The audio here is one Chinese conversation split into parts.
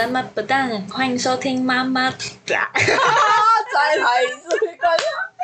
Selamat petang，欢迎收听妈妈。 再来一次，没关系。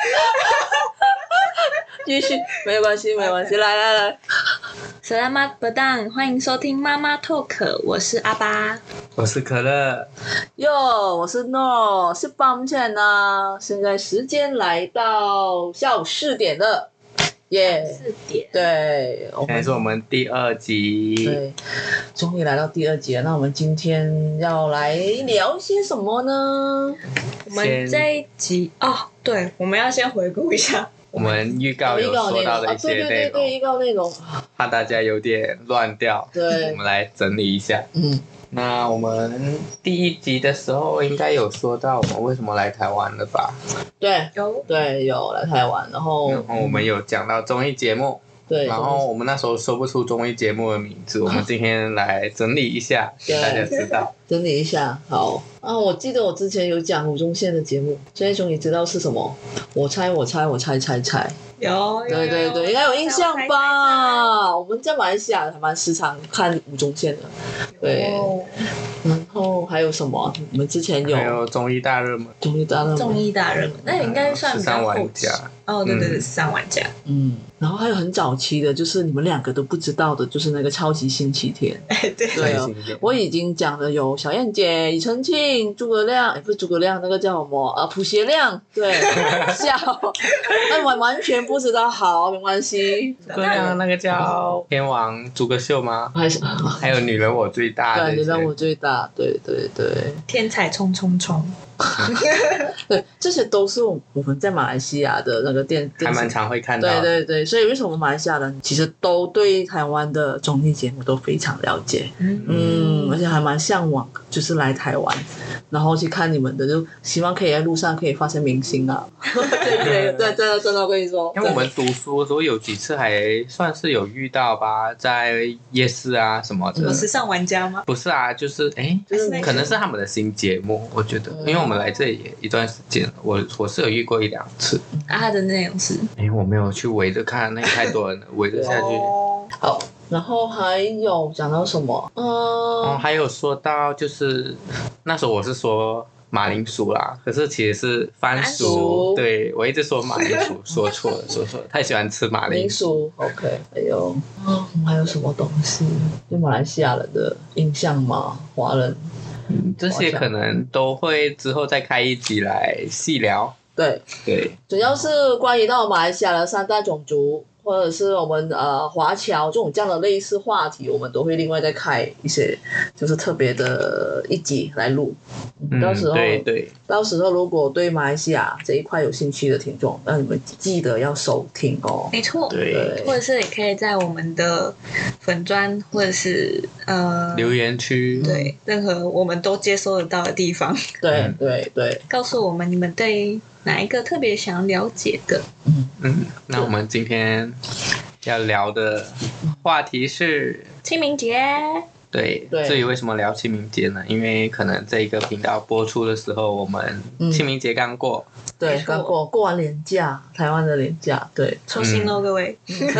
继续，没关系，没关系，来。 Selamat petang，欢迎收听妈妈 Talk， 我是阿巴， 我是可乐。 哟，我是诺，是抱歉呢。现在时间来到下午4点了，耶、 4点。 对， 现在是我们第2集。 对，终于来到第2集了。那我们今天要来聊些什么呢？ 我们这一集对，我们要先回顾一下。 我们预告有说到的一些内容， 对，预告内容， 怕大家有点乱掉， 对， 我们来整理一下。那我们第1集的时候应该有说到我们为什么来台湾了吧？ 对，有来台湾，然后我们有讲到综艺节目， 对， 然后我们那时候说不出综艺节目的名字，我们今天来整理一下，给大家知道。 整理一下，好啊！我记得我之前有讲吴宗宪的节目，现在终于知道是什么。我猜， 有， 对，应该有印象吧？我们在马来西亚还蛮时常看吴宗宪的，对。然后还有什么？我们之前还有综艺大热门， 综艺大热门，那应该算比较后期。对，13玩家。 然后还有很早期的，就是你们2个都不知道的，就是那个超级星期天。对哦，我已经讲的有小燕姐、庾澄庆、诸葛亮，不是诸葛亮，那个叫什么朴学亮，对，笑，那我完全不知道，好，没关系。 诸葛亮那个叫天王诸葛秀吗？还有女人我最大， 对，女人我最大，对， 天才冲冲冲。 对，这些都是我们在马来西亚的那个电视还蛮常会看到。 对，所以为什么马来西亚人其实都对台湾的综艺节目都非常了解，而且还蛮向往，就是来台湾，然后去看你们的，就希望可以在路上可以发现明星啊。对，真的，我跟你说， 因为我们读书的时候有几次还算是有遇到吧，在夜市啊什么的。 时尚玩家吗？ 不是啊，就是可能是他们的新节目，我觉得，因为我们来这里也一段时间了，我是有遇过1-2次。 他的内容是？ 我没有去围着看，那太多人了，围着下去。 好，然后还有讲到什么？ 还有说到就是那时候我是说马铃薯啦，可是其实是番薯。对，我一直说马铃薯，说错了，太喜欢吃马铃薯。 OK， 还有什么东西？对马来西亚人的印象吗？华人？ 这些可能都会之后再开1集来细聊。对， 主要是关于到马来西亚的3大种族，或者是我们华侨这样的类似话题，我们都会另外再开一些就是特别的1集来录。到时候对，到时候如果对马来西亚这一块有兴趣的听众，那你们记得要收听哦。 没错， 对， 或者是也可以在我们的粉专或者是留言区， 对，任何我们都接收得到的地方， 对， 告诉我们你们对哪一个特别想了解的。 那我们今天要聊的话题是清明节。 对， 至于为什么聊清明节呢？因为可能这个频道播出的时候，我们清明节刚过。 对，刚过完连假，台湾的连假，对， 抽心咯，各位。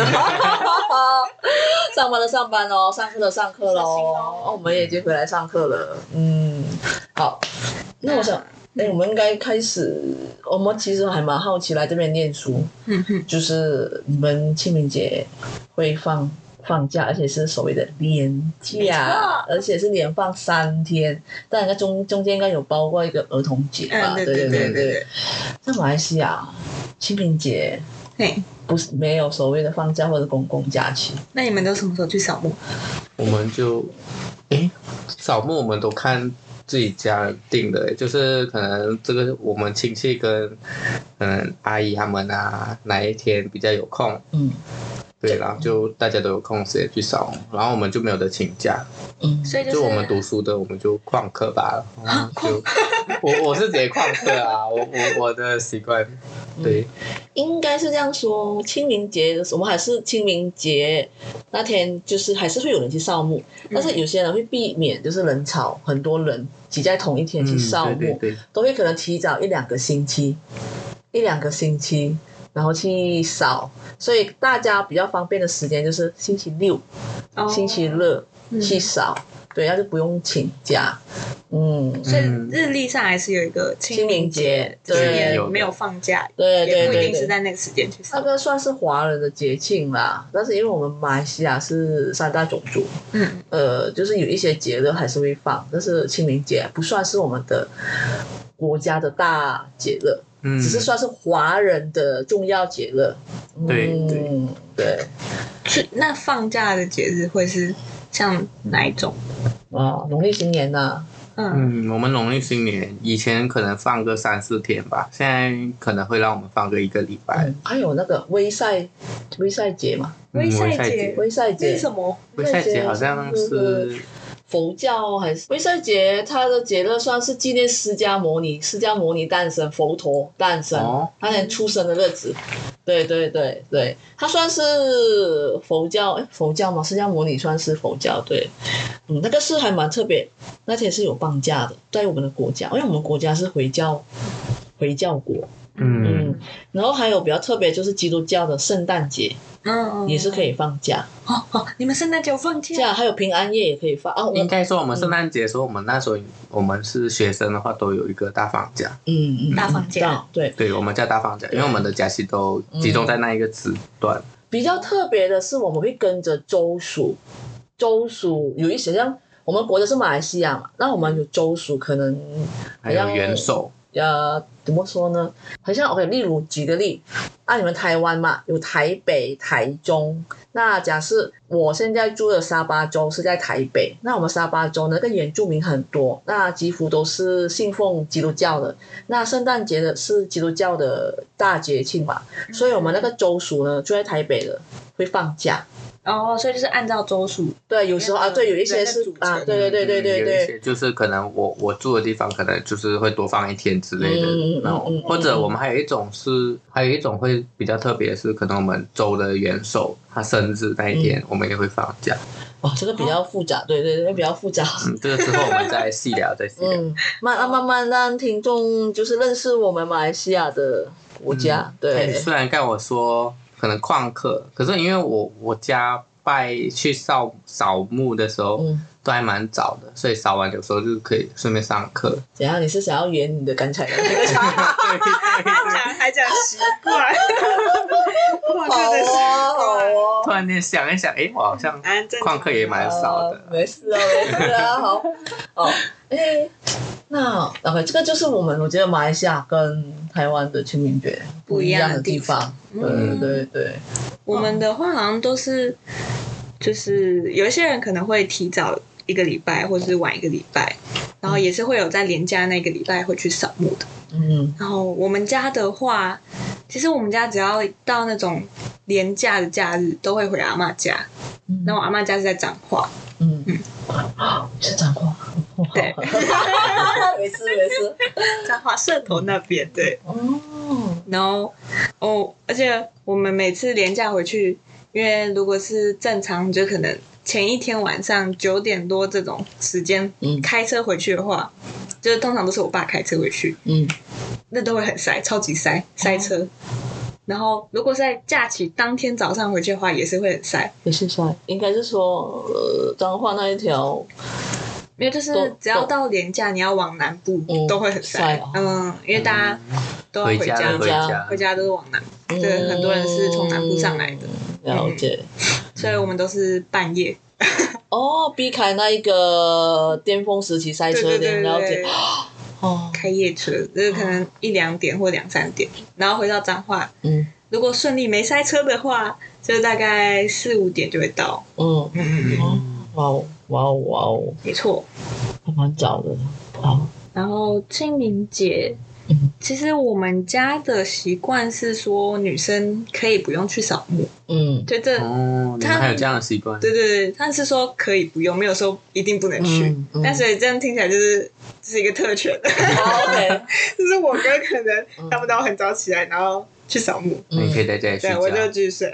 上班的上班哦，上课的上课咯。我们也已经回来上课了。好，那我想。我们应该开始。我们其实还蛮好奇来这边念书，就是你们清明节会放假，而且是所谓的连假，而且是连放3天，但应该中间应该有包括一个儿童节吧？对。在马来西亚清明节不是没有所谓的放假或者公共假期。 那你们都什么时候去扫墓？ 我们就扫墓我们都看自己家人定的，就是可能这个我们亲戚跟阿姨他们啊，哪一天比较有空，对，然后就大家都有空时间去扫墓，然后我们就没有得请假， 所以就我们读书的我们就旷课罢了，就我是直接旷课啊，我的习惯，对， 应该是这样说。清明节的时候，我们还是清明节那天，就是还是会有人去扫墓，但是有些人会避免就是人潮，很多人挤在同一天去扫墓，都会可能提早1-2个星期，然后去扫，所以大家比较方便的时间就是星期六、星期日去扫，对，那就不用请假。 所以日历上还是有一个清明节， 清明节就是也对没有放假， 对也不一定是在那个时间去扫那。个算是华人的节庆啦，但是因为我们马来西亚是3大种族，就是有一些节日还是会放，但是清明节不算是我们的国家的大节日，只是算是华人的重要节日。对。 那放假的节日会是像哪一种？ 农历新年呐。 我们农历新年以前可能放个3-4天吧，现在可能会让我们放个1个礼拜。 还有那个威赛节嘛， 威赛节是什么？ 威赛节好像是佛教还是威赛节，它的节日算是纪念释迦牟尼诞生，佛陀诞生，他才出生的日子。对，他算是佛教嘛，释迦牟尼算是佛教，对，那个是还蛮特别，那天是有放假的，在我们的国家，因为我们国家是回教国。然后还有比较特别就是基督教的圣诞节，也是可以放假。 你们圣诞节有放假？ 还有平安夜也可以放啊。 应该说我们圣诞节的时候，我们那时候我们是学生的话，都有一个大放假。 大放假。 对， 我们叫大放假，因为我们的假期都集中在那一个时段。 比较特别的是，我们会跟着州属有一些像我们国家是马来西亚嘛，那我们有州属，可能还有元首。 怎么说呢？好像 OK， 例如举个例，你们台湾嘛，有台北、台中。那假设我现在住的沙巴州是在台北，那我们沙巴州那个原住民很多，那几乎都是信奉基督教的。那圣诞节的是基督教的大节庆嘛，所以我们那个州属呢，住在台北的会放假。 所以就是按照州属。 对，有时候对，有一些是对， 有一些就是可能我住的地方可能就是会多放1天之类的，然后或者我们还有一种会比较特别的是，可能我们州的元首他生日那一天，我们也会放假。 这个比较复杂，对，比较复杂。 这个之后我们再细聊。 慢慢让听众就是认识我们马来西亚的国家。对， 虽然刚我说可能旷课，可是因为我家去扫墓的时候，都还蛮早的，所以扫完有时候就可以顺便上课。 怎样？你是想要圆你的刚才的那个还讲习惯？ 好哦。 突然间想一想，我好像旷课也蛮少的。 没事啊，好。那这个就是我觉得马来西亚跟台湾的清明节不一样的地方。对。 我们的话好像都是，就是有一些人可能会提早1个礼拜，或是晚1个礼拜，然后也是会有在连假那个礼拜会去扫墓的。然后我们家的话，其实我们家只要到那种连假的假日，都会回阿嬷家。那我阿嬷家是在彰化。 是彰化。 对。 没事。 彰化社头那边，对。然后而且我们每次连假回去，因为如果是正常，就可能前一天晚上9点多这种时间开车回去的话，就是通常都是我爸开车回去，那都会很塞，超级塞车。然后如果是在假期当天早上回去的话，也是会很塞。 也是塞，应该是说彰化那一条。 因为就是只要到连假，你要往南部都会很塞。因为大家都要回家都是往南，对，很多人是从南部上来的。 了解。 所以我们都是半夜。 避开那一个巅峰时期塞车的，了解。 开夜车，就是可能1-2点或2-3点，然后回到彰化。如果顺利没塞车的话，就大概4-5点就会到。 哇哦， 没错， 还蛮早的。好， 然后清明节，其实我们家的习惯是说女生可以不用去扫墓。就这你们还有这样的习惯？ 对，他是说可以不用，没有说一定不能去。但所以这样听起来就是一个特权。 OK， 就是我哥可能他们都很早起来，然后去扫墓。 你可以在家里睡觉。 对，我就继续睡。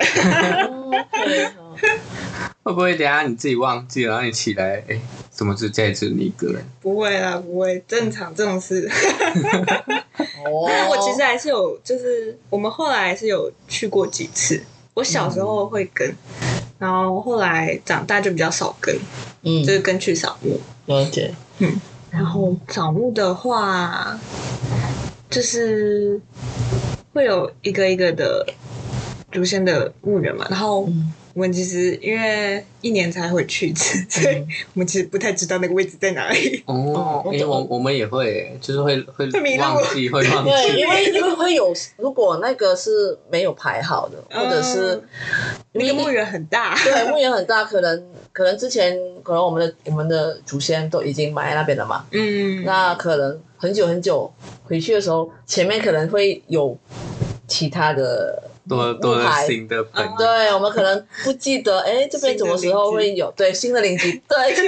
会不会等一下你自己忘记了，然后你起来，怎么家里只有你一个人？ 不会啦，不会，正常这种事。但我其实还是有，就是我们后来还是有去过几次。我小时候会跟，然后后来长大就比较少跟，就是跟去扫墓。 了解。 然后扫墓的话，就是会有一个一个的祖先的墓园嘛，然后我们其实因为1年才回去一次，所以我们其实不太知道那个位置在哪里。 我们也会，就是会迷路忘记，会忘记。 对，因为会有，如果那个是没有排好的，或者是那个墓园很大， 对，墓园很大，可能之前可能我们的祖先都已经埋在那边了嘛，那可能很久很久回去的时候，前面可能会有其他的。 多了新的朋友， 对，我们可能不记得，这边什么时候会有对新的邻居，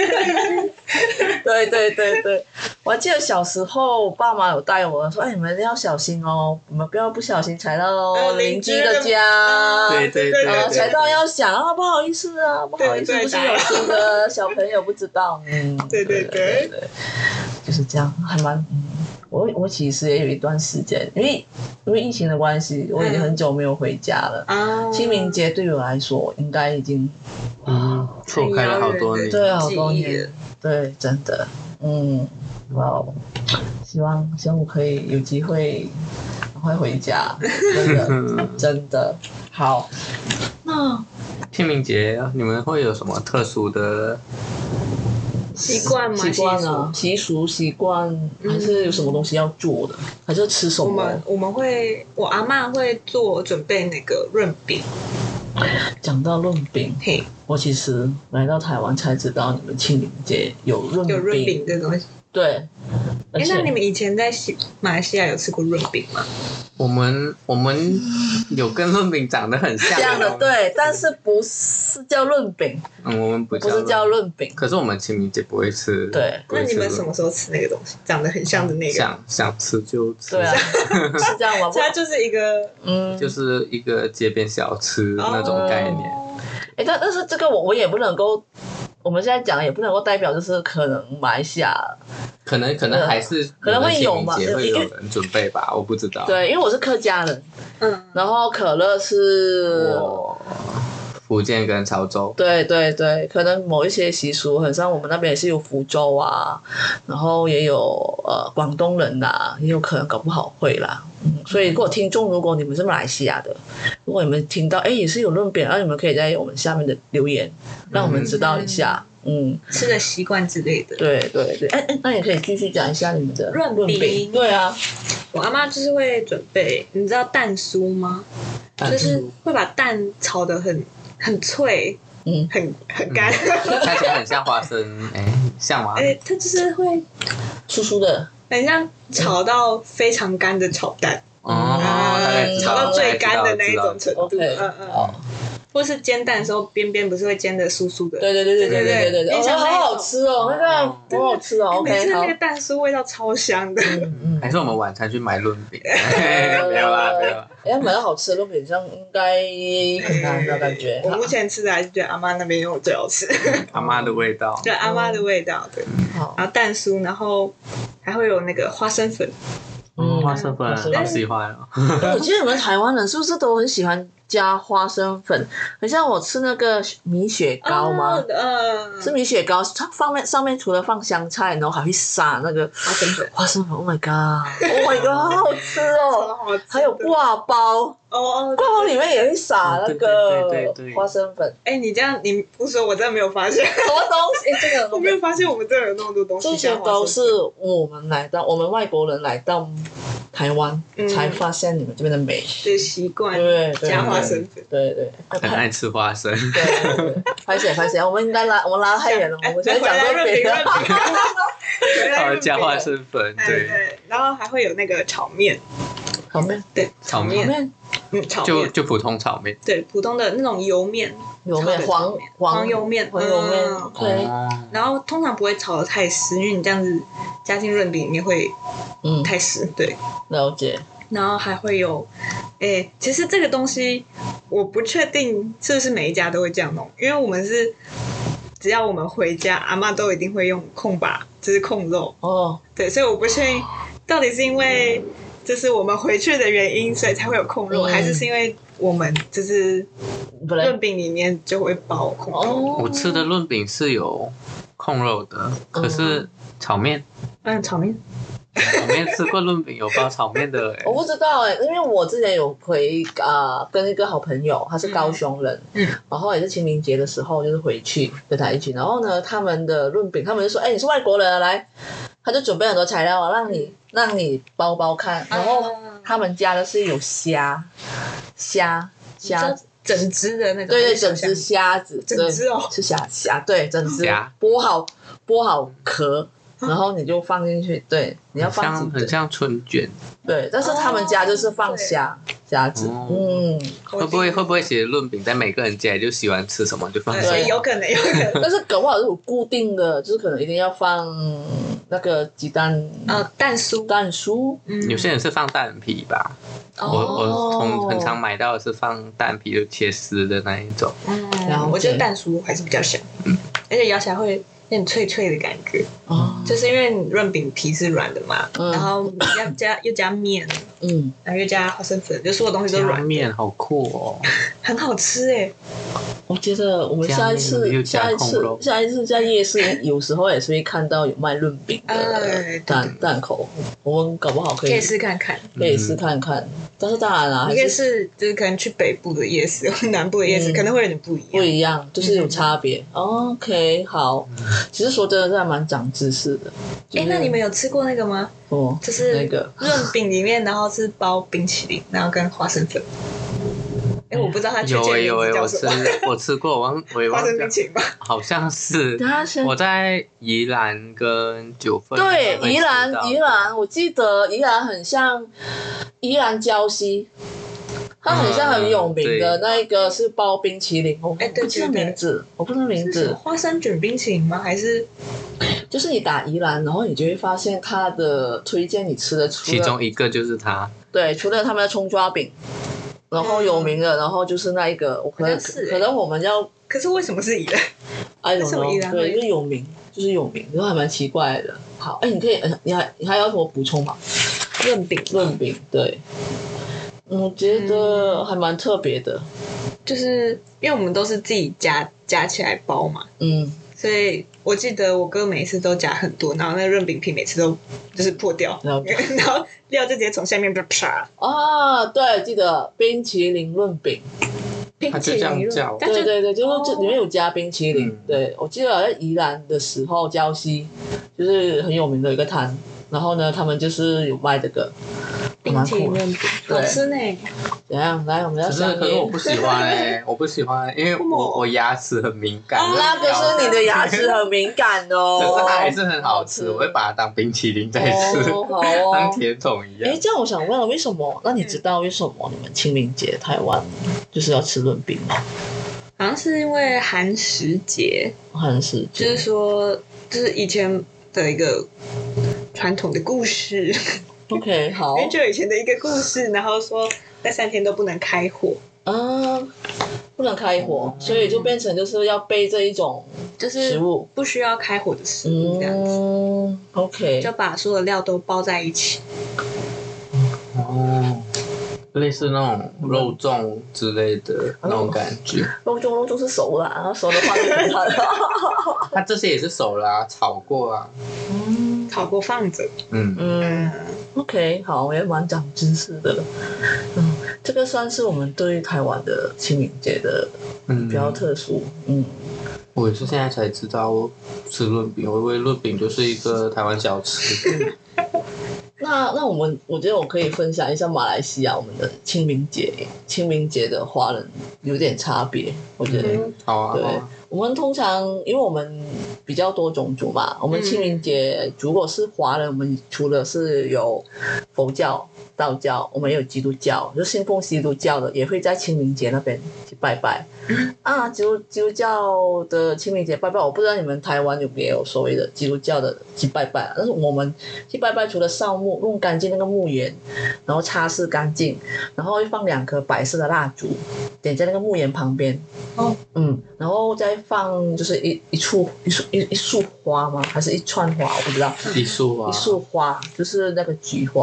对，我还记得小时候爸妈有带我说，你们要小心哦，你们不要不小心踩到邻居的家， 对， 踩到要想不好意思啊，不好意思，不是有新的小朋友不知道，对，就是这样，还蛮。我其实也有一段时间，因为疫情的关系，我已经很久没有回家了。清明节对我来说，应该已经错开了好多年， 对，好多年，对，真的，哇，希望我可以有机会赶快回家，真的好。那清明节你们会有什么特殊的？ 习惯吗？ 习俗习惯，还是有什么东西要做的，还是吃什么？ 我阿嬷会准备那个润饼。 讲到润饼，我其实来到台湾才知道你们清明节有润饼这东西。 对。 那你们以前在马来西亚有吃过润饼吗？ 我们有跟润饼长得很像的，对，但是不是叫润饼。 我们不是叫润饼。 可是我们清明节不会吃。 对， 那你们什么时候吃那个东西？长得很像的那个？ 想吃就吃。 对啊，是这样吗？ 它就是一个就是一个街边小吃那种概念。 但是这个我也不能够。我们现在讲也不能够代表就是可能马来西亚可能还是可能会有嘛， 会有人准备吧，我不知道。 对，因为我是客家人，然后可乐是福建跟潮州。 对，可能某一些习俗，很像我们那边也是有福州啊，然后也有广东人啊，也有可能搞不好会啦。所以如果听众，如果你们是马来西亚的，如果你们听到也是有润饼，你们可以在我们下面的留言，让我们知道一下。 吃的习惯之类的。 对，那你可以继续讲一下你们的润饼。 对啊， 我阿妈就是会准备，你知道蛋酥吗？就是会把蛋炒得很脆，很干， 看起来很像花生，像吗？ 它就是会酥酥的， 很像炒到非常干的炒蛋， 大概炒到最干的那一种程度。或是煎蛋的时候，边边不是会煎的酥酥的？ 对，好好吃哦，那个好好吃哦。 每次那个蛋酥味道超香的。 还是我们晚餐去买润饼？没有啦。 买到好吃的润饼，上应该很难的感觉。 我目前吃的还是觉得阿妈那边有最好吃。 阿妈的味道。 对，阿妈的味道，对。然后蛋酥，然后还会有那个花生粉。 花生粉好喜欢哦。 我记得你们台湾人是不是都很喜欢加花生粉？很像我吃那个米雪糕吗？是米雪糕，它上面除了放香菜，然后还会撒那个花生粉。Oh my god，好好吃哦！还有挂包，挂包里面也会撒那个花生粉。 你这样你不说，我真的没有发现什么东西。这个我没有发现，我们这有那么多东西。 这些都是我们外国人来到台湾才发现你们这边的美的习惯，加花生粉， 对， 很爱吃花生。 对，拍谁，我们应该我们拉太远了，我们现在讲润饼， 加花生粉，对， 然后还会有那个炒面，对， 炒面， 炒面就普通炒面， 对，普通的那种油面，黄油面，对，然后通常不会炒得太湿，因为你这样子加进润饼里面会太湿，对， 了解。 然后还会有，其实这个东西我不确定是不是每一家都会这样弄，因为我们是只要我们回家，阿嬷都一定会用控把，就是控肉。对，所以我不确定到底是因为就是我们回去的原因，所以才会有控肉，还是因为我们就是润饼里面就会包控肉。 我吃的润饼是有控肉的，可是炒面， 炒面。 炒面吃过润饼有包炒面的我不知道因为我之前有跟一个好朋友，他是高雄人，然后也是清明节的时候就是回去跟他一起，然后呢他们的润饼，他们就说你是外国人啊，来，他就准备很多材料让你包包看，然后他们家的是有虾整只的那种， 对，整只虾子， 整只哦， 是虾，对，整只剥好壳，然后你就放进去，对，你要放很像春卷， 对，但是他们家就是放虾子， 会不会其实润饼在每个人家里就喜欢吃什么就放什么， 对，有可能， 但是搞不好是有固定的，就是可能一定要放那个鸡蛋蛋酥， 有些人是放蛋皮吧。我很常买到的是放蛋皮就切丝的那一种， 然后我觉得蛋酥还是比较香，而且咬起来会有点脆脆的感觉，就是因为润饼皮是软的嘛，然后又加面，然后又加花生粉，就所有东西都软。 加面好酷哦， 很好吃我觉得我们下一次在夜市，有时候也是会看到有卖润饼的档口，我们搞不好可以试看看， 但是当然啦， 你可以试，就是可能去北部的夜市或南部的夜市，可能会有点不一样， 就是有差别。OK， 好，其实说真的，这还蛮长知识的。 那你们有吃过那个吗？就是那个润饼里面，然后是包冰淇淋，然后跟花生粉。我不知道它确切名字叫什么。 我吃过，我也忘记。花生冰淇淋吧？好像是。我在宜兰跟九份。 对，宜兰，我记得宜兰很像宜兰礁溪。它很像很有名的那一个是包冰淇淋，我不知道名字， 是花生卷冰淇淋吗？还是就是你打宜兰，然后你就会发现它的推荐你吃的其中一个就是它， 对，除了他们的葱抓饼，然后有名的，然后就是那一个，可能我们要， 可是为什么是宜兰？ 为什么宜兰？对，就是有名，然后还蛮奇怪的。好，你可以，你还有什么补充吗？润饼，对。我觉得还蛮特别的， 就是因为我们都是自己夹起来包嘛，所以我记得我哥每次都夹很多，然后那个润饼皮每次都就是破掉，然后料就直接从下面啪对，记得冰淇淋润饼， 他就这样叫， 对，就是里面有加冰淇淋，对，我记得在宜兰的时候，礁溪就是很有名的一个摊，然后呢，他们就是有卖这个。 冰淇淋润饼好吃呢。 怎样？来，我们要可是我不喜欢因为我牙齿很敏感。 那个是你的牙齿很敏感哦。 可是它还是很好吃，我会把它当冰淇淋在吃，当甜筒一样。 这样我想问，为什么？那你知道为什么你们清明节台湾就是要吃润饼吗？ 好像是因为寒食节，就是说，就是以前的一个传统的故事。 OK， 好。 很久以前的一个故事，然后说那3天都不能开火不能开火，所以就变成就是要备这一种食物， 不需要开火的食物这样子。 OK， 就把所有的料都包在一起。 类似那种肉粽之类的那种感觉。 肉粽是熟的，然后熟的话就很好。 它这些也是熟啦，炒过啊。 炒过放着。 OK， 好，我也蛮长知识的。这个算是我们对台湾的清明节的比较特殊。 我也是现在才知道吃润饼，我以为润饼就是一个台湾小吃。 那我觉得我可以分享一下马来西亚我们的清明节的华人有点差别，我觉得。 好啊。 对，我们通常因为我们比较多种族嘛，我们清明节如果是华人，我们除了是有佛教、道教，我们也有基督教，就信奉基督教的也会在清明节那边去拜拜。基督教的清明节拜拜，我不知道你们台湾有没有所谓的基督教的去拜拜，但是我们去拜拜除了扫墓，弄干净那个墓园，然后擦拭干净，然后会放2颗白色的蜡烛，点在那个墓园旁边。然后再放就是一束花吗？还是一串花？我不知道。 一束花就是那个菊花，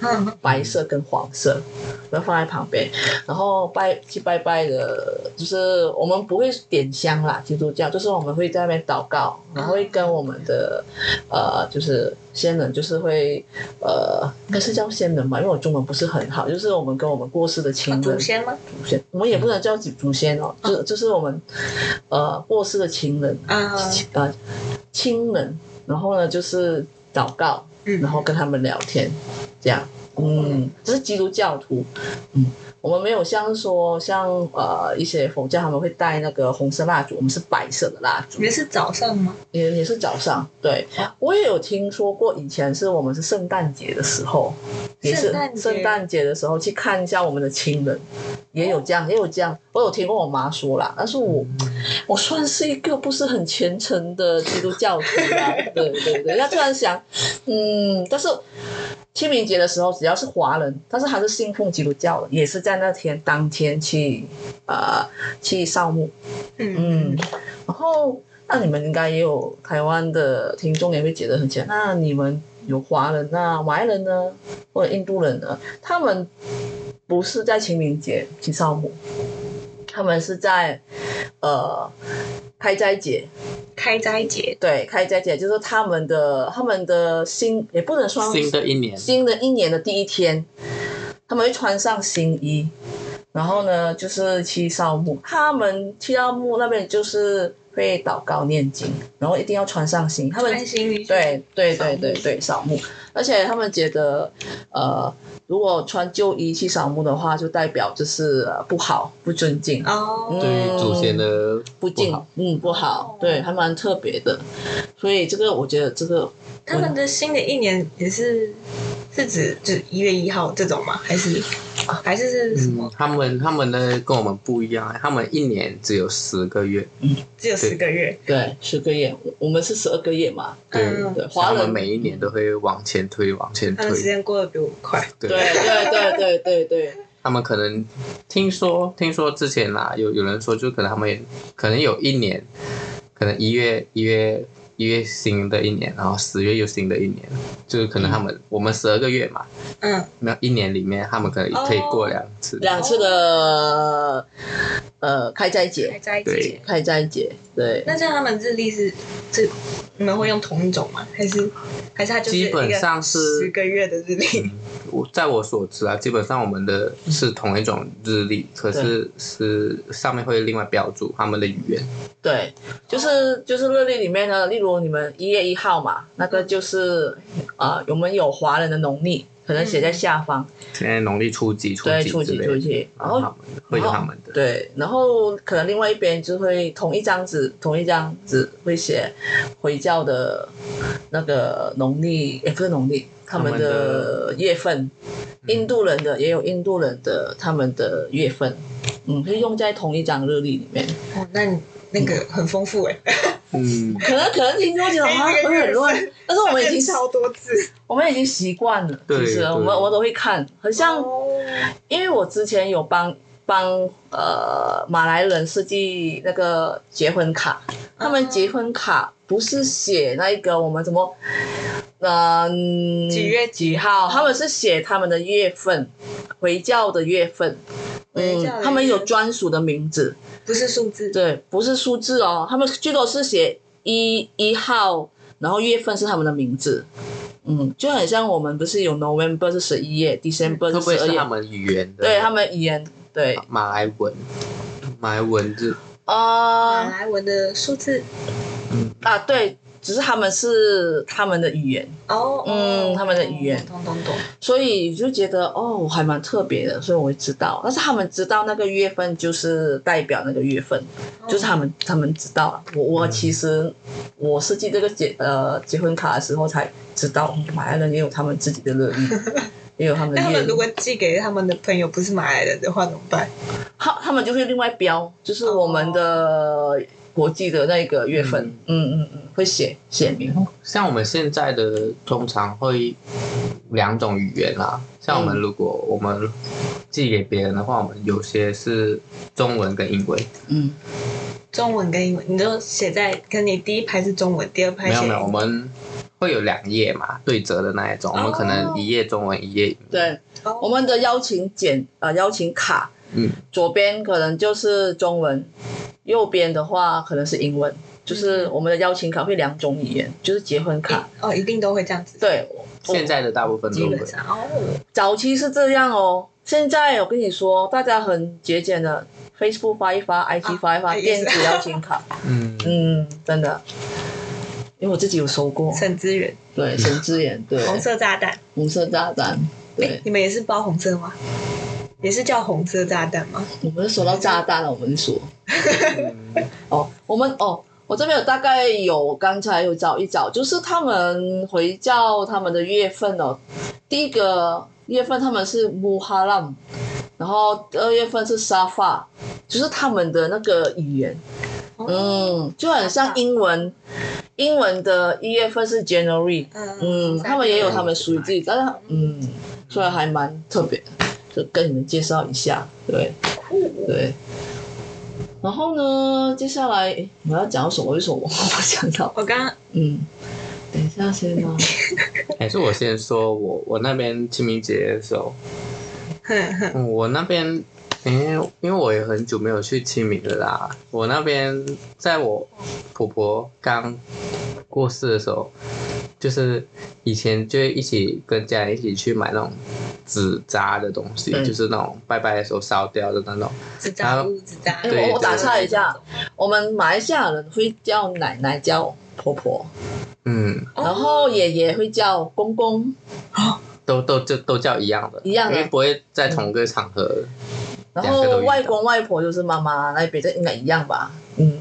白色跟黄色，要放在旁边。然后去拜拜的，就是我们不会点香啦，基督教就是我们会在那边祷告，然后会跟我们的就是先人，就是会应该是叫先人吧，因为我中文不是很好，就是我们跟我们过世的亲人。 祖先吗？ 祖先，我们也不能叫祖先哦，就是我们过世的亲人亲人，然后呢就是祷告，然后跟他们聊天，这样。这是基督教徒，我们没有像一些佛教他们会带那个红色蜡烛，我们是白色的蜡烛。 你们是早上吗？ 也是早上，对。我也有听说过，以前我们是圣诞节的时候，也是圣诞节的时候去看一下我们的亲人，也有这样，我有听过我妈说啦，但是我算是一个不是很虔诚的基督教徒啦，对，要突然想，但是清明节的时候，只要是华人，但是他是信奉基督教的，也是在当天去扫墓，然后那你们应该也有台湾的听众也会觉得很奇怪，那你们有华人啊、马来人呢，或者印度人呢？他们不是在清明节去扫墓，他们是在开斋节。 开斋节， 对，开斋节就是他们的新，也不能说新的一年的第一天，他们会穿上新衣，然后呢就是去扫墓。他们去到墓那边就是会祷告念经，然后一定要穿上新衣。他们对扫墓，而且他们觉得如果穿旧衣去扫墓的话，就代表就是不好，不尊敬对祖先的不敬，不好，对，还蛮特别的。所以这个我觉得这个他们的新的一年也是指就1月1号这种吗？还是是什么？ 他们的跟我们不一样，他们一年只有10个月， 只有10个月， 对，10个月，我们是12个月嘛， 对，华人每一年都会往前推， 他们时间过得比我们快， 对。 他们可能听说之前啦，有人说，就可能他们可能有一年，可能1月新的一年，然后10月又新的一年，就是可能我们12个月嘛，那一年里面他们可能可以过2次的开斋节，开斋节，对。 那这样他们日历是你们会用同一种吗？还是它就是基本上是 10个月的日历？ 在我所知啊，基本上我们的是同一种日历，可是上面会另外标注他们的语言。 对，就是日历里面呢，例如你们1月1号嘛，那个就是我们有华人的农历，可能写在下方。 现在农历初几之类的， 然后会有他们的。 对，然后可能另外一边就会同一张纸会写回教的那个农历，也不是农历，他们的月份。印度人的也有印度人的他们的月份，可以用在同一张日历里面。 那个很丰富哎。 可能听众觉得会很乱，但是我们已经超多字， 我们已经习惯了，就是我都会看，很像，因为我之前有帮马来人设计那个结婚卡，他们结婚卡不是写那个我们怎么几月几号，他们是写他们的月份，回教的月份，他们有专属的名字。 不是数字， 对，不是数字哦，他们最多是写1号，然后月份是他们的名字，就很像我们不是有 November 是11月 ，December 是12月，会不会是他们语言的？ 对，他们语言，对， 马来文字马来文的数字， 对。只是他们的语言他们的语言， 懂， 所以就觉得还蛮特别的，所以我会知道。但是他们知道那个月份就是代表那个月份，就是他们知道。我其实我设计这个结婚卡的时候才知道，马来人也有他们自己的日历，也有他们的。 那他们如果寄给他们的朋友不是马来人的话怎么办？ 他们就会另外标，就是我们的。国际的那个月份，会写明。 像我们现在的通常会2种语言啦，像我们如果我们寄给别人的话，我们有些是中文跟英文。 中文跟英文，你就写在，可能你第一排是中文，第二排写没有， 会有2页嘛，对折的那一种，我们可能1页中文1页英文。 对，我们的邀请卡，左边可能就是中文，右边的话可能是英文。就是我们的邀请卡会2种语言，就是结婚卡一定都会这样子。 对， 现在的大部分都会。 基本上早期是这样哦，现在我跟你说，大家很节俭的 ，Facebook 发一发 ，IG 发一发，电子邀请卡。真的，因为我自己有收过。 省资源。 对，省资源。对。 红色炸弹。 红色炸弹。对。 你们也是包红色吗？也是叫红色炸弹吗？ 我们是收到炸弹了，我们说。我这边有大概有刚才有找一找，就是他们回教他们的月份哦，第一个月份他们是Muharram，然后2月份是Safar，就是他们的那个语言，就很像英文的1月份是 January，他们也有他们属于自己，但是所以还蛮特别的，就跟你们介绍一下，对。然后呢，接下来我要讲什么？为什么我想到？ 我刚刚等一下先啊。 还是我先说，我那边清明节的时候，我那边因为我也很久没有去清明了啦。我那边在我婆婆刚过世的时候，就是以前就会一起跟家人一起去买那种纸扎的东西，就是那种拜拜的时候烧掉的那种纸扎物、纸扎。 我打岔一下，我们马来西亚人会叫奶奶叫婆婆，然后爷爷会叫公公， 都叫一样的，因为不会在同个场合。 然后外公外婆就是妈妈那边，这应该一样吧？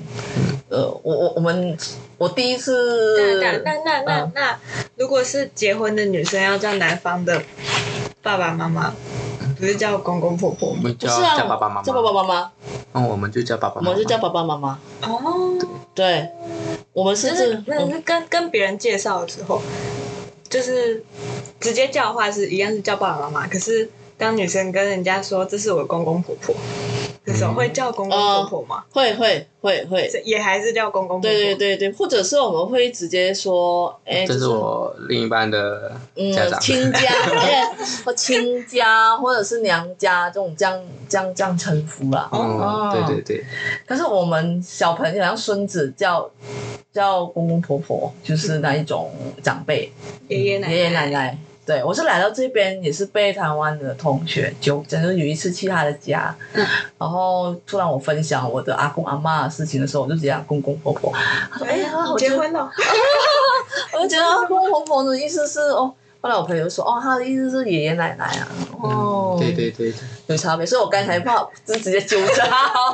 我第一次。 那如果是结婚的女生要叫男方的爸爸妈妈，不是叫公公婆婆， 我们叫爸爸妈妈， 叫爸爸妈妈。 我们就叫爸爸妈妈， 我们就叫爸爸妈妈。对，我们是那是跟别人介绍的时候，就是直接叫的话是一样是叫爸爸妈妈，可是当女生跟人家说这是我公公婆婆的时候，会叫公公婆婆吗？ 会， 也还是叫公公婆婆。 对，或者是我们会直接说， 这是我另一半的家长， 亲家，或亲家，或者是娘家这种这样称呼啦。 对。 可是我们小朋友像孙子叫公公婆婆，就是那一种长辈， 爷爷奶奶。对，我是来到这边也是被台湾的同学纠正，就是有一次去他的家，然后突然我分享我的阿公阿嬷的事情的时候，我就直接讲公公婆婆，他说：“ 我结婚了。” 我就觉得公公婆婆的意思是后来我朋友说他的意思是爷爷奶奶啊。 对， 有差别，所以我刚才怕就直接纠正，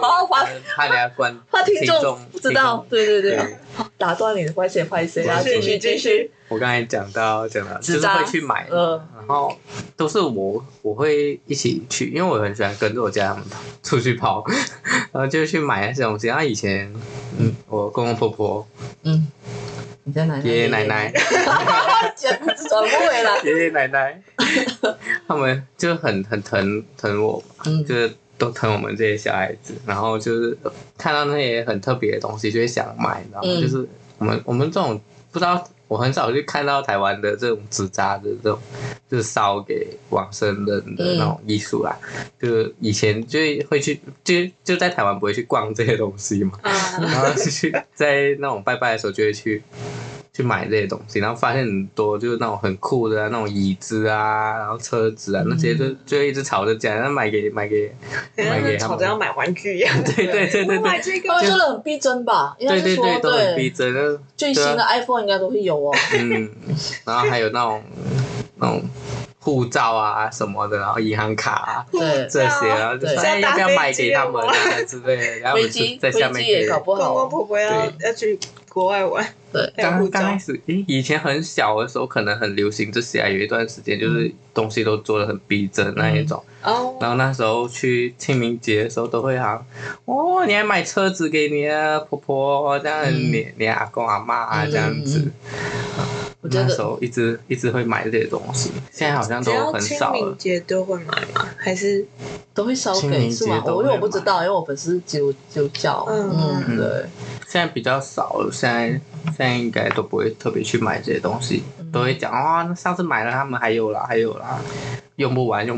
怕听众不知道。对，打断你的拍谁，然后继续。 我刚才讲到就是会去买，然后都是我会一起去，因为我很喜欢跟着我家他们出去跑，然后就去买那些东西。然后以前我公公婆婆， 你家奶奶、 爷爷奶奶， 转不回来。 爷爷奶奶，他们就很疼我嘛，就是都疼我们这些小孩子。然后就是看到那些很特别的东西，就会想买，你知道吗？就是我们这种不知道，我很少去看到台湾的这种纸扎的这种，就是烧给往生人的那种艺术啦。就是以前就会去，就在台湾不会去逛这些东西嘛，然后去在那种拜拜的时候就会去买这些东西，然后发现很多就是那种很酷的那种椅子啊，然后车子啊那些就一直吵着讲，要买给他们， 吵着要买玩具一样。 对， 买这个， 他们做的很逼真吧？应该是说对，都很逼真。 最新的 iPhone 应该都会有哦。 然后还有那种护照啊什么的，然后银行卡啊，这些，然后就说要不要买给他们啊之类的，然后在下面也搞不好， 公公婆婆要去国外玩。 对， 刚开始，以前很小的时候可能很流行这些啊，有一段时间就是东西都做得很逼真那一种。然后那时候去清明节的时候都会你还买车子给你的婆婆，这样你阿公阿嬷啊这样子。我那时候一直会买这些东西，现在好像都很少了。 清明节都会买吗？还是都会烧给是吗？因为我不知道，因为我本身就叫，对。 现在比较少了，现在现在应该都不会特别去买这些东西，都会讲哇，那上次买了，他们还有啦，用不完。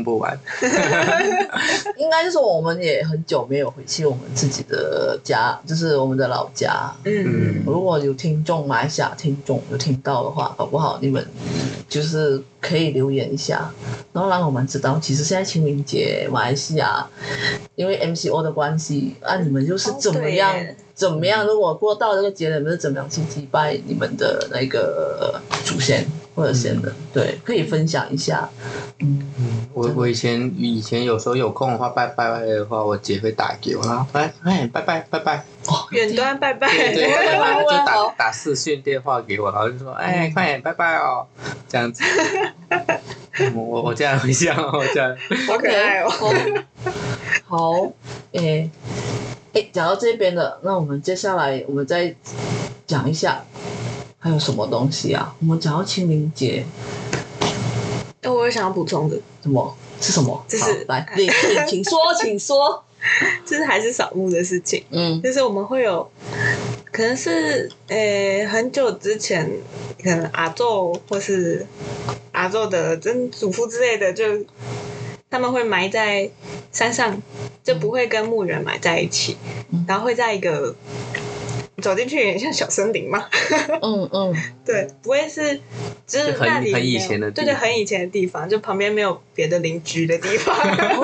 应该就是我们也很久没有回去我们自己的家，就是我们的老家。如果有听众马来西亚听众有听到的话，搞不好你们就是可以留言一下，然后让我们知道，其实现在清明节马来西亚因为 MCO 的关系你们就是怎么样。怎么样？如果过到这个节日，你们是怎么样去祭拜你们的那个祖先或者先人？对，可以分享一下。 我以前有时候有空的话，拜的话，我姐会打给我，然后拜拜。 远端拜拜， 对，就打视讯电话给我，然后就说快点拜拜哦，这样子。我这样回想，我这样。 好可爱哦。 好，讲到这边的，那我们接下来我们再讲一下还有什么东西啊？我们讲到清明节， 我有想要补充的， 什么？是什么？ 就是来，请说。 就是还是扫墓的事情。就是我们会有，可能是很久之前，可能阿祖或是阿祖的曾祖父之类的，就他们会埋在山上，就不会跟墓园埋在一起，然后会在一个走进去有点像小森林嘛。对，不会是就是那里很以前的地方， 对，很以前的地方，就旁边没有别的邻居的地方。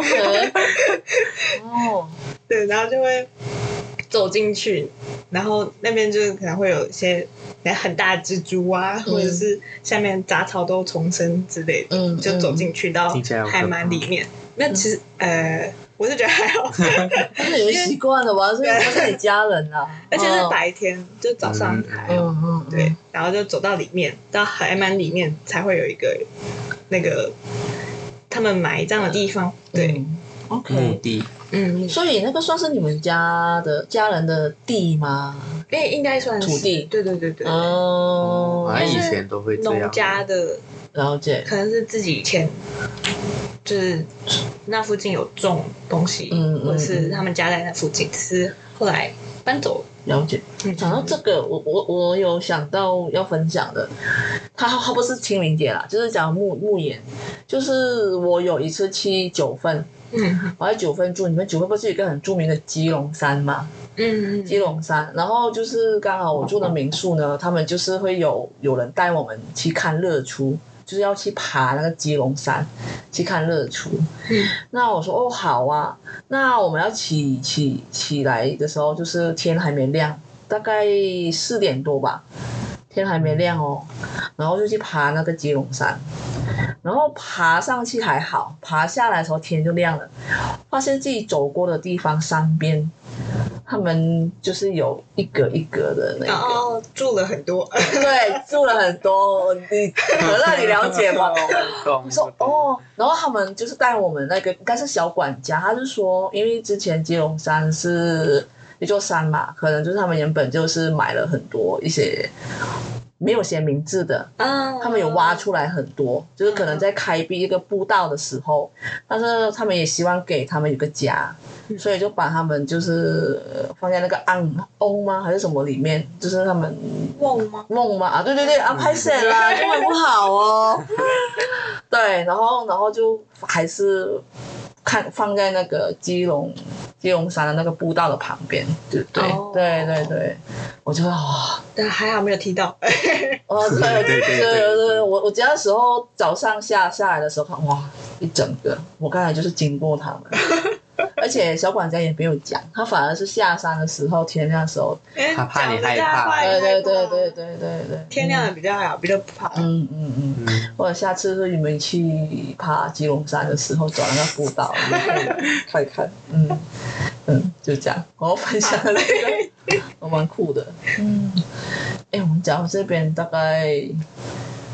对，然后就会走进去，然后那边就是可能会有一些很大的蜘蛛啊，或者是下面杂草都丛生之类的，就走进去到还蛮里面。那其实我是觉得还好， 但是你们习惯了吧？所以他是你家人啊， 而且是白天，就早上才对，然后就走到里面，到还蛮里面才会有一个那个他们埋葬的地方，对 ，OK， 墓地。 所以那个算是你们家人的地吗？ 应该算是土地， 对。 好像以前都会这样。 农家的， 了解， 可能是自己以前就是那附近有种东西，或者是他们家在那附近，只是后来搬走了。 了解。讲到这个，我有想到要分享的，它不是清明节啦，就是讲墓园，就是我有一次去九份。我在九份住，你们九份不是有一个很著名的基隆山吗？基隆山，然后就是刚好我住的民宿呢，他们就是会有人带我们去看日出，就是要去爬那个基隆山去看日出。那我说好啊，那我们要起来的时候，就是天还没亮，大概4点多吧，天还没亮哦，然后就去爬那个基隆山。然后爬上去还好，爬下来的时候天就亮了，发现自己走过的地方山边，他们就是有一格一格的那个， 住了很多， 对，住了很多，你可乐你了解吗？我说然后他们就是带我们那个应该是小管家，他是说，因为之前基隆山是一座山嘛，可能就是他们原本就是买了很多一些。没有写名字的，他们有挖出来很多，就是可能在开辟一个步道的时候，但是他们也希望给他们有个家，所以就把他们就是放在那个瓮吗还是什么里面，就是他们瓮吗对拍摄啦，就很不好哦。对，然后就还是放在那个基隆山的那个步道的旁边，对，我觉得但还好没有踢到。 对，我家的时候早上下来的时候，一整个，我刚才就是经过他们。而且小管家也没有讲，他反而是下山的时候天亮的时候， 他怕你害怕。 对， 天亮的比较好，比较不怕。 或者下次是你们去爬基隆山的时候走那个步道，看一看。就这样，我分享了这个，我蛮酷的。我们讲到这边大概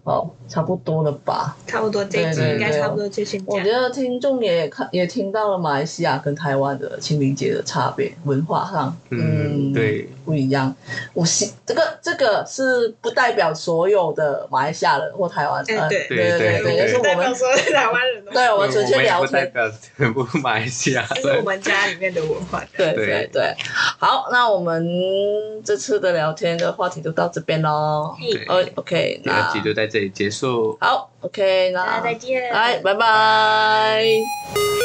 好，差不多了吧？ 差不多这一集应该差不多就先这样。 我觉得听众也听到了马来西亚跟台湾的清明节的差别，文化上， 对， 不一样。这个是不代表所有的马来西亚人或台湾人， 对也是我们所有的台湾人， 对我们纯粹聊不代天， 表全部马来西亚这是我们家里面的文化。 对。好，那我们这次的聊天的话题就到这边咯。OK， 第二集就在这里结束。 好 ，OK， 那大家再见， 来，拜拜。